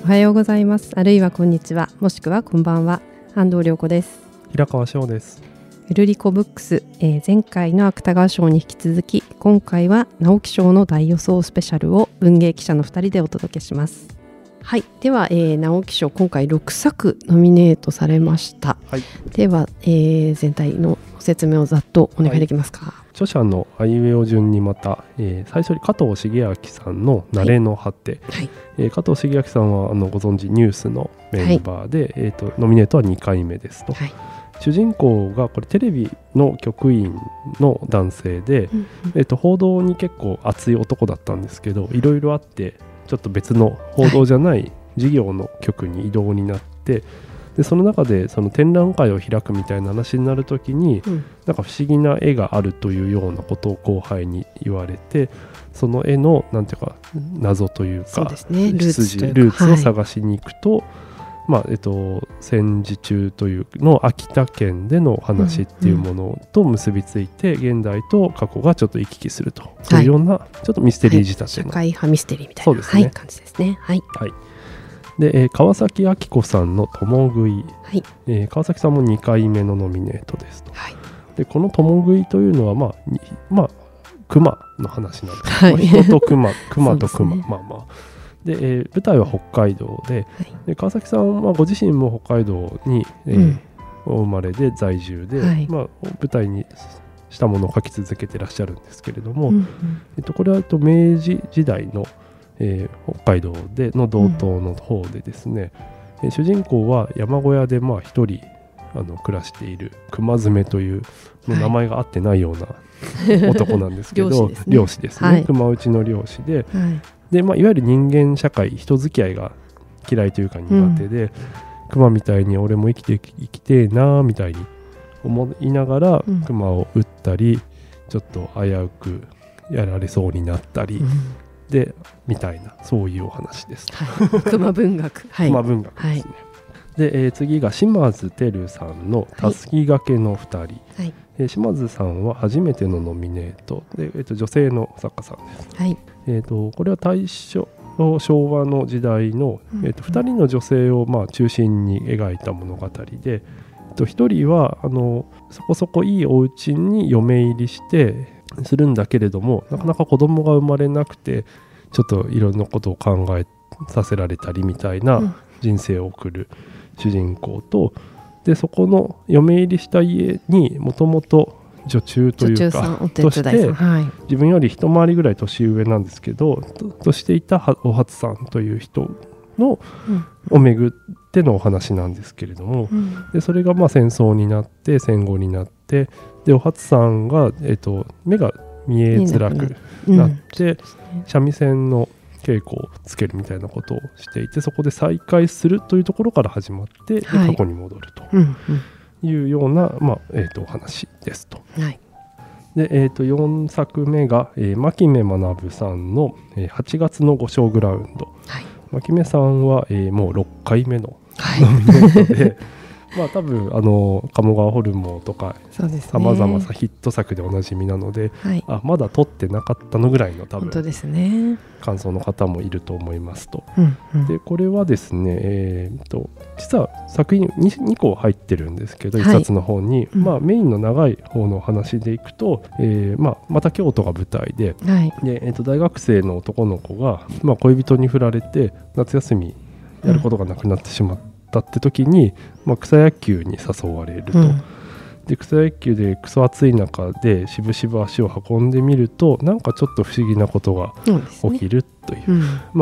おはようございます。あるいはこんにちは、もしくはこんばんは。安藤涼子です。 平川翔です。 ウルリコブックス、前回の芥川賞に引き続き、今回は直木賞の大予想スペシャルを文芸記者の2人でお届けします。はい、では、直木賞今回6作ノミネートされました。はい、では、全体のご説明をざっとお願いできますか。はい、 著者のあいうえお順にまた、最初に加藤茂明さんの慣れの果て、はい加藤茂明さんはご存知ニュースのメンバーで、ノミネートは2回目ですと。はい、主人公がこれテレビの局員の男性で、報道に結構熱い男だったんですけど、いろいろあってちょっと別の報道じゃない事業の局に異動になって、でその中でその展覧会を開くみたいな話になるときに、なんか不思議な絵があるというようなことを後輩に言われて、その絵のなんていうか謎というか、ルーツを探しに行くと、戦時中というの秋田県での話っていうものと結びついて、現代と過去がちょっと行き来すると、そういうようなちょっとミステリー仕立ての、 社会派ミステリーみたいな、感じですね。はい、 で川崎明子さんの共食い、川崎さんも2回目のノミネートですと。でこの共食いというのは熊の話なんですけど、人と熊と熊、で舞台は北海道 で川崎さんはご自身も北海道に、お生まれで在住で、舞台にしたものを書き続けてらっしゃるんですけれども、これは明治時代の、北海道での道東の方でですね、主人公は山小屋で一人暮らしている熊爪という、名前が合ってないような男なんですけど、漁師ですね、熊内の漁師で、いわゆる人間社会、人付き合いが嫌いというか苦手で、熊みたいに俺も生きてえなみたいに思いながら、熊を撃ったりちょっと危うくやられそうになったり、でみたいな、そういうお話です。 熊文学、 熊文学ですね。で次が島津輝さんのたすきがけの2人、島津さんは初めてのノミネートで、女性の作家さんです。これは大正昭和の時代の、2人の女性を中心に描いた物語で、1人はそこそこいいお家に嫁入りしてするんだけれども、なかなか子供が生まれなくて、ちょっといろんなことを考えさせられたりみたいな人生を送る主人公と、でそこの嫁入りした家にもともと女中というかとして、自分より一回りぐらい年上なんですけどとしていたお初さんという人のをめぐってのお話なんですけれども、でそれが戦争になって戦後になって、でお初さんが、目が見えづらくなって、三味線の稽古をつけるみたいなことをしていて、そこで再会するというところから始まって、過去に戻るというような、お話ですと。で4作目が、牧目学さんの、8月の5章グラウンド。牧目さんは、もう6回目のノミネートで多分鴨川ホルモンとかさまざまヒット作でおなじみなので、まだ撮ってなかったのぐらいの多分感想の方もいると思いますと。でこれはですね、実は作品 2個入ってるんですけど、1冊の方に、メインの長い方の話でいくと、また京都が舞台で、大学生の男の子が、恋人に振られて夏休みやることがなくなってしまったって時に、草野球に誘われると。で草野球でクソ暑い中でしぶしぶ足を運んでみると、なんかちょっと不思議なことが起きるという、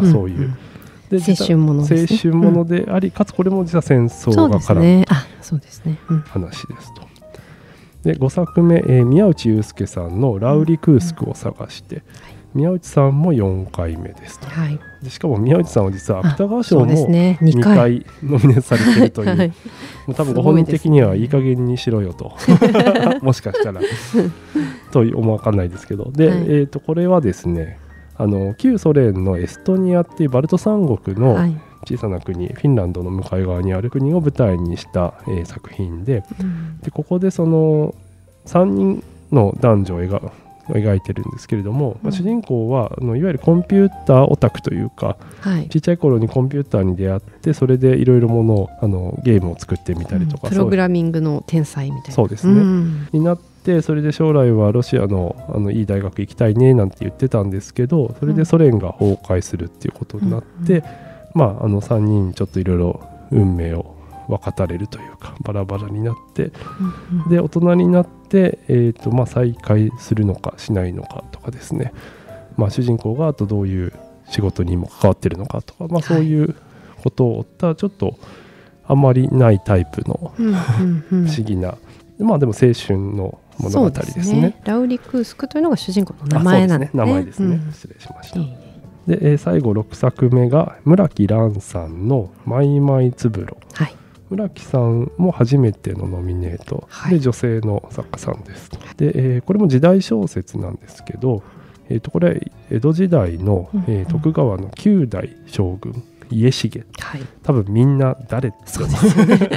そういうで青春ものですね。 青春ものであり、かつこれも実は戦争が絡む話ですと。で5作目、宮内悠介さんのラウリ・クースクを探して、宮内さんも4回目ですと。でしかも宮内さんは実は芥川賞も2回ノミネートされているという、もう多分ご本人的にはいい加減にしろよともしかしたらと思わかんないですけど、で、これはですね、旧ソ連のエストニアっていうバルト三国の小さな国、フィンランドの向かい側にある国を舞台にした、作品で、ここでその3人の男女を描いてるんですけれども、主人公はいわゆるコンピューターオタクというか、ちっちゃい頃にコンピューターに出会ってそれでいろいろものをゲームを作ってみたりとか、 プログラミングの天才みたいな、 そうですね、になって、それで将来はロシアのいい大学行きたいねなんて言ってたんですけど、それでソ連が崩壊するっていうことになって、3人ちょっといろいろ運命を分かたれるというかバラバラになって、で大人になって、再会するのかしないのかとかですね、主人公があとどういう仕事にも関わってるのかとか、そういうことを追ったちょっとあんまりないタイプの不思議な、でも青春の物語ですね。 ラウリ・クースクというのが主人公の名前なんですね。 名前ですね、失礼しました。で、最後6作目が村木蘭さんのマイマイつぶろ。村木さんも初めてのノミネートで、女性の作家さんです。で、これも時代小説なんですけど、これ江戸時代の、徳川の9代将軍家重、多分みんな誰ってそうですよね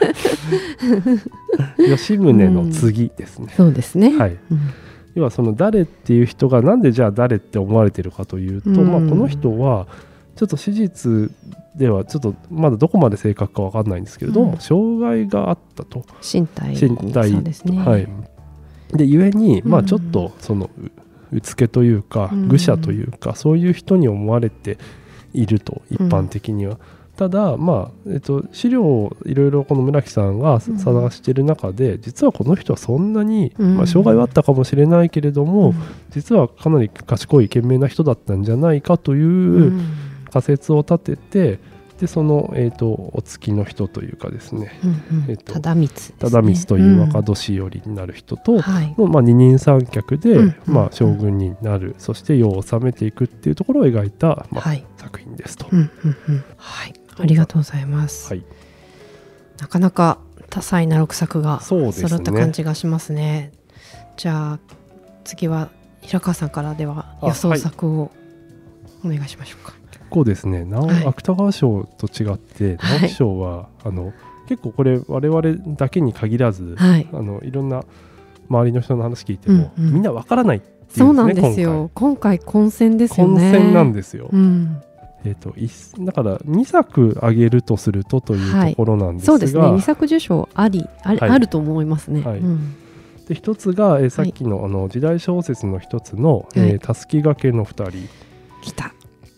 吉宗の次ですね。 そうですね、 要はその誰っていう人がなんでじゃあ誰って思われてるかというと、この人はちょっと史実ではちょっとまだどこまで正確か分かんないんですけれども、障害があったと、 身体そうですね、 でゆえにちょっとそのうつけというか愚者というか、そういう人に思われていると、一般的には。ただ、資料をいろいろこの村木さんが探している中で、実はこの人はそんなに、障害はあったかもしれないけれども、実はかなり賢い賢明な人だったんじゃないかという仮説を立てて、でその、お付きの人というかですね、 忠光という若年寄りになる人と、二人三脚で、将軍になる、そして世を治めていくっていうところを描いた、作品ですと。 ありがとうございます。なかなか多彩な6作が揃った感じがしますね。じゃあ次は平川さんからでは予想作をお願いしましょうか。 結構ですね、芥川賞と違って直木賞は、結構これ我々だけに限らず、いろんな周りの人の話聞いても、みんなわからないっていうんですね。 そうなんですよ。今回混戦ですよね。 混戦なんですよ。だから2作あげるとするとというところなんですが、そうですね、 2作受賞あると思いますね。 で一つが、さっきの、時代小説の一つのたすきがけの2人来た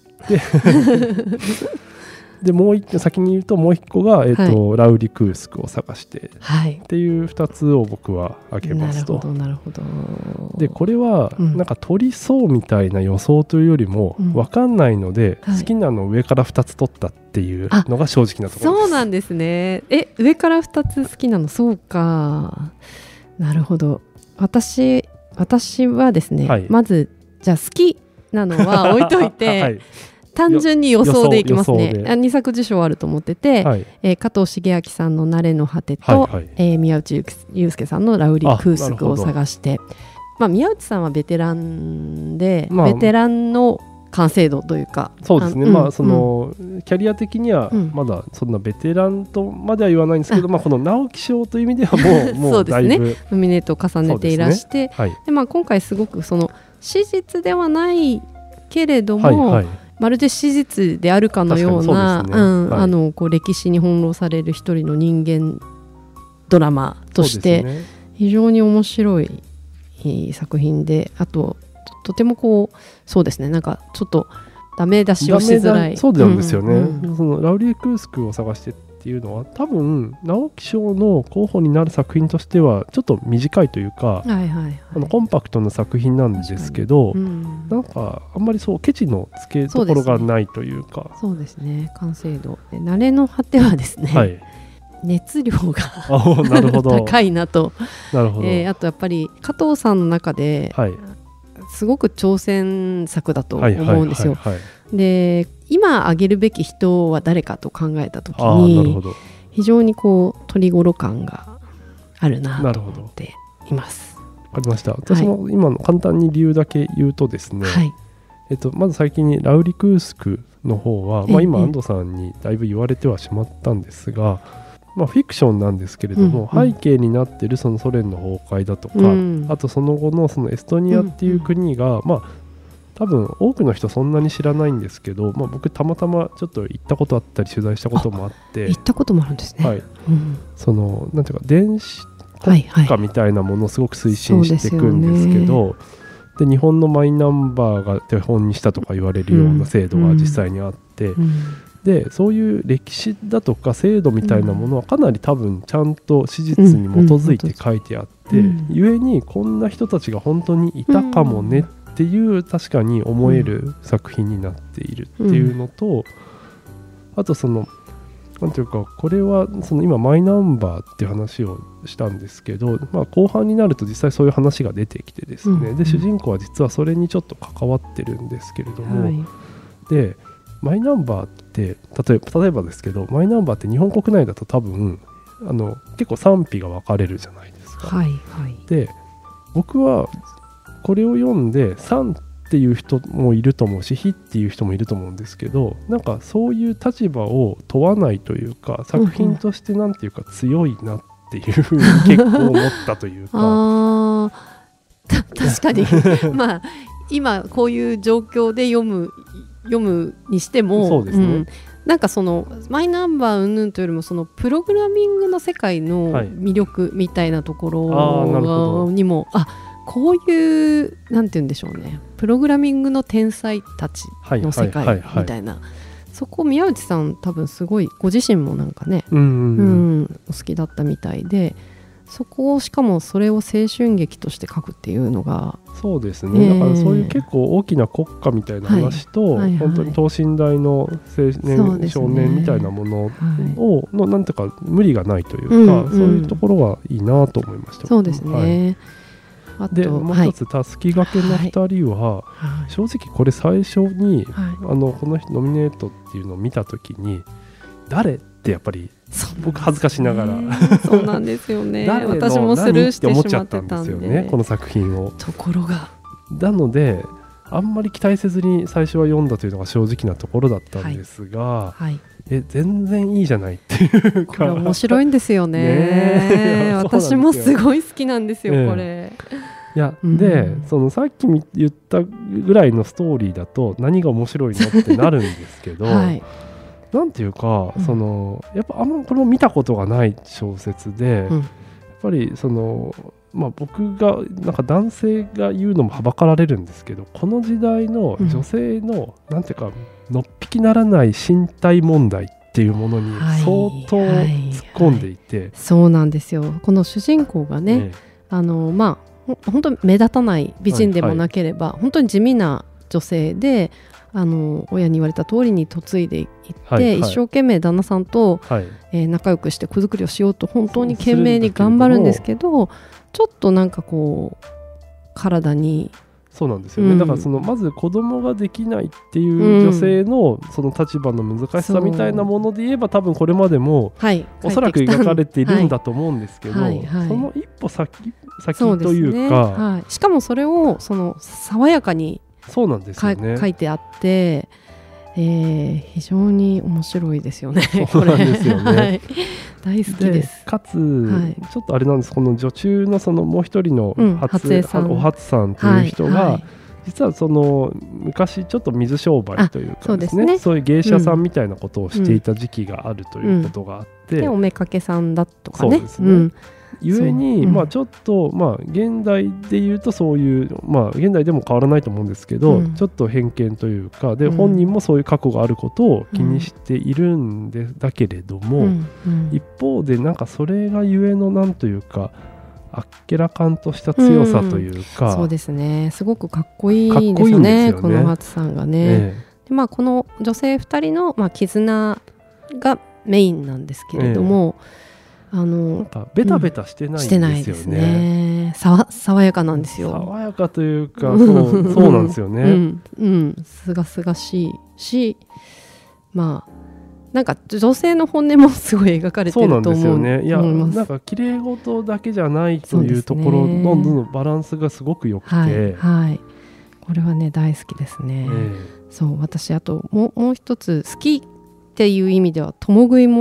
でもう一個先に言うと、もう一個が、ラウリ・クースクを探して、っていう2つを僕は挙げますと。 なるほど。 でこれは、なんか取りそうみたいな予想というよりも、分かんないので、好きなの上から2つ取ったっていうのが正直なところです。 そうなんですね。上から2つ好きなの、そうか、なるほど。私はですね、まずじゃあ好きなのは置いといて、単純に予想でいきますね。2作受賞あると思ってて、加藤シゲアキさんの慣れの果てと、宮内悠介さんのラウリ・クースクを探して、宮内さんはベテランで、ベテランの完成度というか、 そうですね、そのキャリア的にはまだそんなベテランとまでは言わないんですけど、この直木賞という意味ではもうだいぶノミネートを重ねていらして、で今回すごくその史実ではないけれども、まるで史実であるかのようなこう歴史に翻弄される一人の人間ドラマとして非常に面白い作品で、あととてもこうそうですね、なんかちょっとダメ出しをしづらい。 そうなんですよね。そのラウリ・クースクを探してっていうのは、多分直木賞の候補になる作品としてはちょっと短いというか、コンパクトな作品なんですけど、なんかあんまりそうケチのつけどころがないというか、 そうですね、完成度で慣れの果てはですね、熱量がなるほど高いなと。 なるほど。 あとやっぱり加藤さんの中で、すごく挑戦作だと思うんですよ。で今挙げるべき人は誰かと考えた時に、非常にこう取り頃感があるなと思っています。 わかりました。私も今の簡単に理由だけ言うとですね、まず最近にラウリ・クースクの方は、今安藤さんにだいぶ言われてはしまったんですが、 フィクションなんですけれども、背景になっているそのソ連の崩壊だとか、あとその後のそのエストニアっていう国が、多分多くの人そんなに知らないんですけど、僕たまたまちょっと行ったことあったり取材したこともあって、 行ったこともあるんですね。 はい、そのなんていうか電子国家みたいなものをすごく推進していくんですけど、で日本のマイナンバーが手本にしたとか言われるような制度が実際にあって、でそういう歴史だとか制度みたいなものはかなり多分ちゃんと史実に基づいて書いてあって、故にこんな人たちが本当にいたかもねっていう確かに思える作品になっているっていうのと、あとそのなんていうか、これはその今マイナンバーっていう話をしたんですけど、後半になると実際そういう話が出てきてですね、で主人公は実はそれにちょっと関わってるんですけれども、でマイナンバーって例えばですけど、マイナンバーって日本国内だと多分結構賛否が分かれるじゃないですか。で僕はこれを読んで賛っていう人もいると思うし、非っていう人もいると思うんですけど、なんかそういう立場を問わないというか、作品としてなんていうか強いなっていうふうに結構思ったというか確かに今こういう状況で読むにしても、そうですね、なんかそのマイナンバー云々というよりもそのプログラミングの世界の魅力みたいなところにも、こういうなんて言うんでしょうね、プログラミングの天才たちの世界みたいな、そこ宮内さん多分すごいご自身もなんかね、お好きだったみたいで、そこをしかもそれを青春劇として書くっていうのが、 そうですね、だからそういう結構大きな国家みたいな話と、本当に等身大の青年、少年みたいなものをのなんていうか無理がないというか、そういうところがいいなと思いました。 そうですね。 でもう一つ、たすきがけの2人は、正直これ最初に、このノミネートっていうのを見たときに誰ってやっぱり僕恥ずかしながらそうなんですよね私もスルーしてしまってたんで、 この作品を。 ところがなのであんまり期待せずに最初は読んだというのが正直なところだったんですが、全然いいじゃないっていうか、 これ面白いんですよね私もすごい好きなんですよ、これ。 いや、でそのさっき言ったぐらいのストーリーだと何が面白いのってなるんですけど、なんていうか、そのやっぱこれも見たことがない小説で、やっぱりその僕がなんか男性が言うのもはばかられるんですけど、この時代の女性のなんていうかのっぴきならない身体問題っていうものに相当突っ込んでいて、 そうなんですよ。この主人公がね、本当に目立たない美人でもなければ、本当に地味な女性で、親に言われた通りに嫁いでいって、一生懸命旦那さんと、仲良くして子作りをしようと本当に懸命に頑張るんですけど、ちょっとなんかこう体に、 そうなんですよね、だからそのまず子供ができないっていう女性のその立場の難しさみたいなもので言えば、多分これまでもおそらく描かれているんだと思うんですけど、その一歩先というか、 しかもそれをその爽やかにそうなんですよね、 書いてあって、非常に面白いですよね。 そうなんですよね大好きです。 かつ、ちょっとあれなんです、この女中のそのもう一人のお初さんという人が、実はその昔ちょっと水商売というかですね、そういう芸者さんみたいなことをしていた時期があるということがあって、 でおめかけさんだとかね。 そうですね。ゆえに、ちょっと、現代でいうとそういう、現代でも変わらないと思うんですけど、ちょっと偏見というかで、本人もそういう過去があることを気にしているんだけれども、一方でなんかそれがゆえのなんというかあっけらかんとした強さというか、 そうですね、すごくかっこいいですよね、この初さんがね。でこの女性2人の、絆がメインなんですけれども、 なんかベタベタしてないんですよね。してないですね。 爽やかなんですよ。 爽やかというか、そうなんですよね。 すがすがしいし、なんか女性の本音もすごい描かれてると思う。そうなんですよね。いや、なんか綺麗事だけじゃないというところのバランスがすごく良くて、 これはね大好きですね。そう、私あともう一つ好きっていう意味では共食いも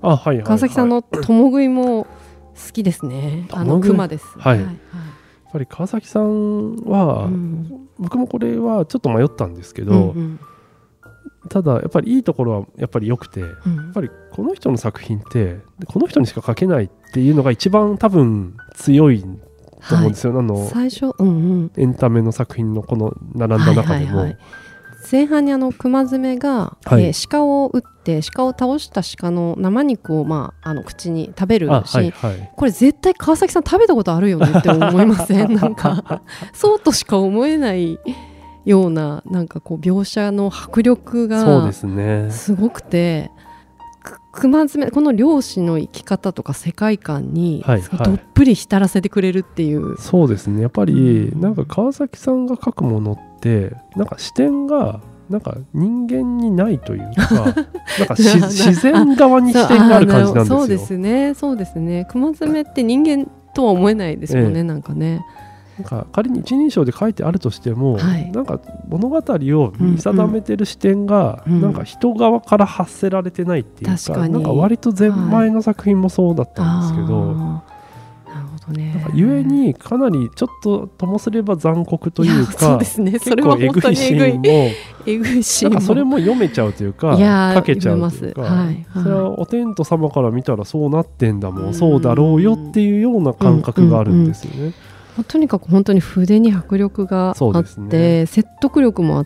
川崎さんの共食いも好きですね。熊です。 はい。やっぱり川崎さんは、僕もこれはちょっと迷ったんですけど、ただやっぱりいいところはやっぱり良くて、やっぱりこの人の作品ってこの人にしか描けないっていうのが一番多分強いと思うんですよ。 最初、 エンタメの作品のこの並んだ中でも、 前半に熊爪が、鹿を撃って鹿を倒した鹿の生肉を、口に食べるシーン、これ絶対川崎さん食べたことあるよねって思いません？なんかそうとしか思えないような、なんかこう描写の迫力がすごくて、熊爪この漁師の生き方とか世界観にどっぷり浸らせてくれるっていう、 そうですね。やっぱりなんか川崎さんが描くものってなんか視点がなんか人間にないというかなんか自然側に視点がある感じなんですよ。 そうですね、そうですね。熊爪って人間とは思えないですもんね、なんかね。 なんか仮に一人称で書いてあるとしても、なんか物語を見定めてる視点が、なんか人側から発せられてないっていうか、なんか割と前の作品もそうだったんですけど、なんかゆえにかなりちょっとともすれば残酷というか、結構えぐいシーンもなんかそれも読めちゃうというか書けちゃうというか、それはお天道様から見たらそうなってんだもん、そうだろうよっていうような感覚があるんですよね。 とにかく本当に筆に迫力があって、説得力もあって、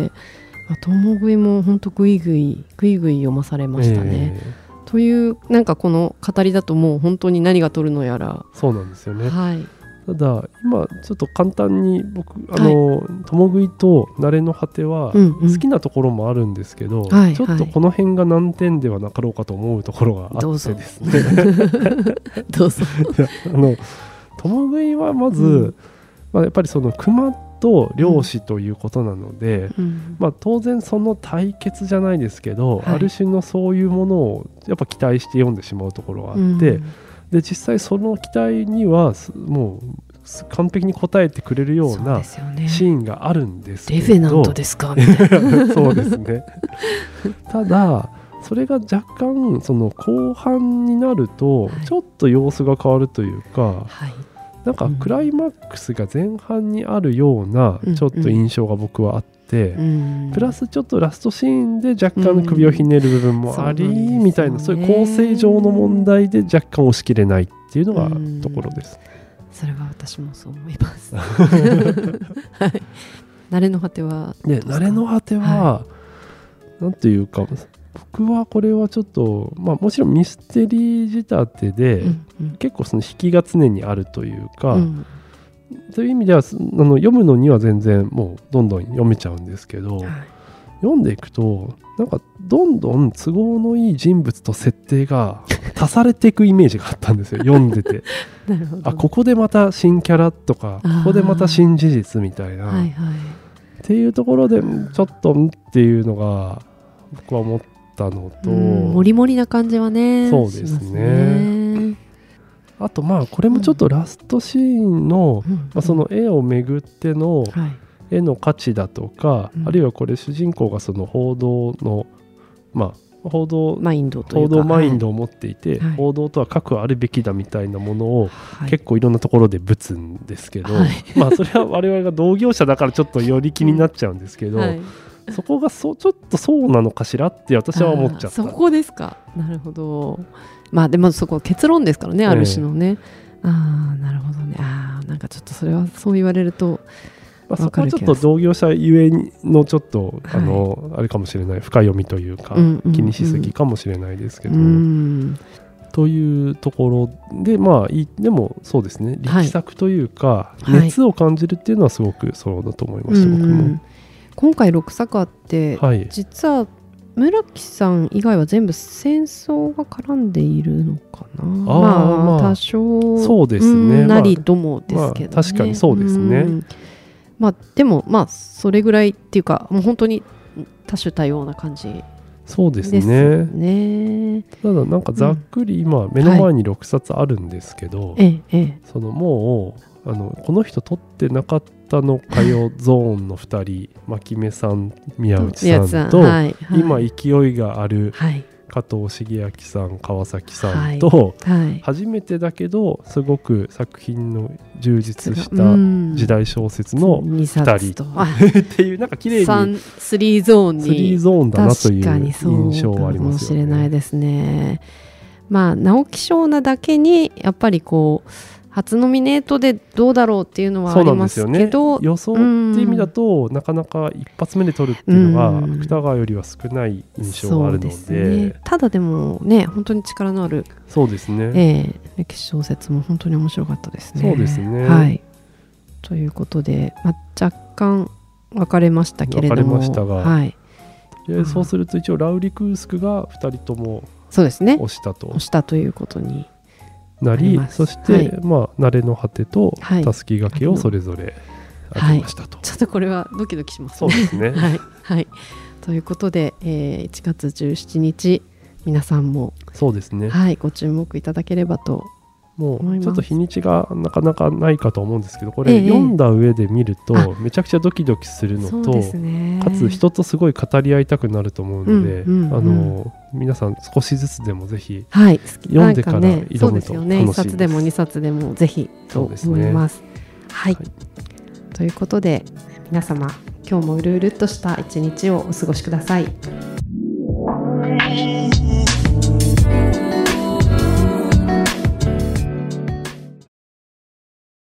共食いも本当グイグイ読まされましたね。というなんかこの語りだともう本当に何が取るのやら。 そうなんですよね。ただ今ちょっと簡単に僕共食いと慣れの果ては好きなところもあるんですけど、ちょっとこの辺が難点ではなかろうかと思うところがあってですね。 どうぞ。 共食いはまず、やっぱりその熊と漁師ということなので、当然その対決じゃないですけど、ある種のそういうものをやっぱ期待して読んでしまうところがあって、で実際その期待にはもう完璧に応えてくれるようなシーンがあるんですけど、 レヴェナントですかみたいな。 そうですね。ただそれが若干その後半になるとちょっと様子が変わるというか、なんかクライマックスが前半にあるようなちょっと印象が僕はあって、プラスちょっとラストシーンで若干首をひねる部分もありみたいな、そういう構成上の問題で若干押し切れないっていうのがところです。 それは私もそう思います。慣れの果ては慣れの果てはなんていうか、僕はこれはちょっと、もちろんミステリー仕立てで、結構その引きが常にあるというか、という意味では読むのには全然もうどんどん読めちゃうんですけど、読んでいくとなんかどんどん都合のいい人物と設定が足されていくイメージがあったんですよ読んでて。ここでまた新キャラとかここでまた新事実みたいな、っていうところでちょっとっていうのが僕は思ったのと、 モリモリな感じはね。 そうですね。あとこれもちょっとラストシーンの、その絵をめぐっての絵の価値だとか、あるいはこれ主人公がその報道の報道マインドを持っていて、報道とは核あるべきだみたいなものを結構いろんなところでぶつんですけど、それは我々が同業者だからちょっとより気になっちゃうんですけど、そこがちょっとそうなのかしらって私は思っちゃった。 そこですか。なるほど。でもそこ結論ですからね、ある種のね。なるほどね。なんかちょっとそれはそう言われるとそこはちょっと同業者ゆえのちょっと、あれかもしれない、深読みというか、気にしすぎかもしれないですけど、というところででもそうですね、力作というか、熱を感じるっていうのはすごくそうだと思いました、僕も。 今回6作あって、実は村木さん以外は全部戦争が絡んでいるのかな。多少そうですね、 なりともですけどね。 確かにそうですね。 でもそれぐらいっていうか、もう本当に多種多様な感じですね。 そうですね。ただなんかざっくり今目の前に6冊あるんですけど、そのもうこの人撮ってなかったのかよゾーンの2人、牧目さん宮内さんと、今勢いがある加藤茂明さん、川崎さんと、初めてだけどすごく作品の充実した時代小説の2人っていう、なんか綺麗に 3ゾーンに 3ゾーンだなという印象はありますよね。 かもしれないですね。まあ直木賞なだけにやっぱりこう初ノミネートでどうだろうっていうのはありますけど、 予想っていう意味だと、なかなか一発目で取るっていうのは芥川よりは少ない印象があるの で、 ただでもね本当に力のあるそうですね、 歴史小説も本当に面白かったですね。 そうですね、 はい、ということで、若干分かれましたけれども、 分かれましたが、はい、そうすると一応ラウリ・クースクが2人とも押したということになり、そして、慣れの果てとたすきがけをそれぞれあげましたと、 ちょっとこれはドキドキしますね。そうですねはい、ということで、1月17日皆さんもそうですね、 ご注目いただければともうちょっと日にちがなかなかないかと思うんですけど、これ読んだ上で見るとめちゃくちゃドキドキするのと、かつ人とすごい語り合いたくなると思うので、皆さん少しずつでもぜひ読んでから挑むと楽しいです。 1冊でも2冊でもぜひと思います。はい、ということで皆様今日もうるうるっとした一日をお過ごしください。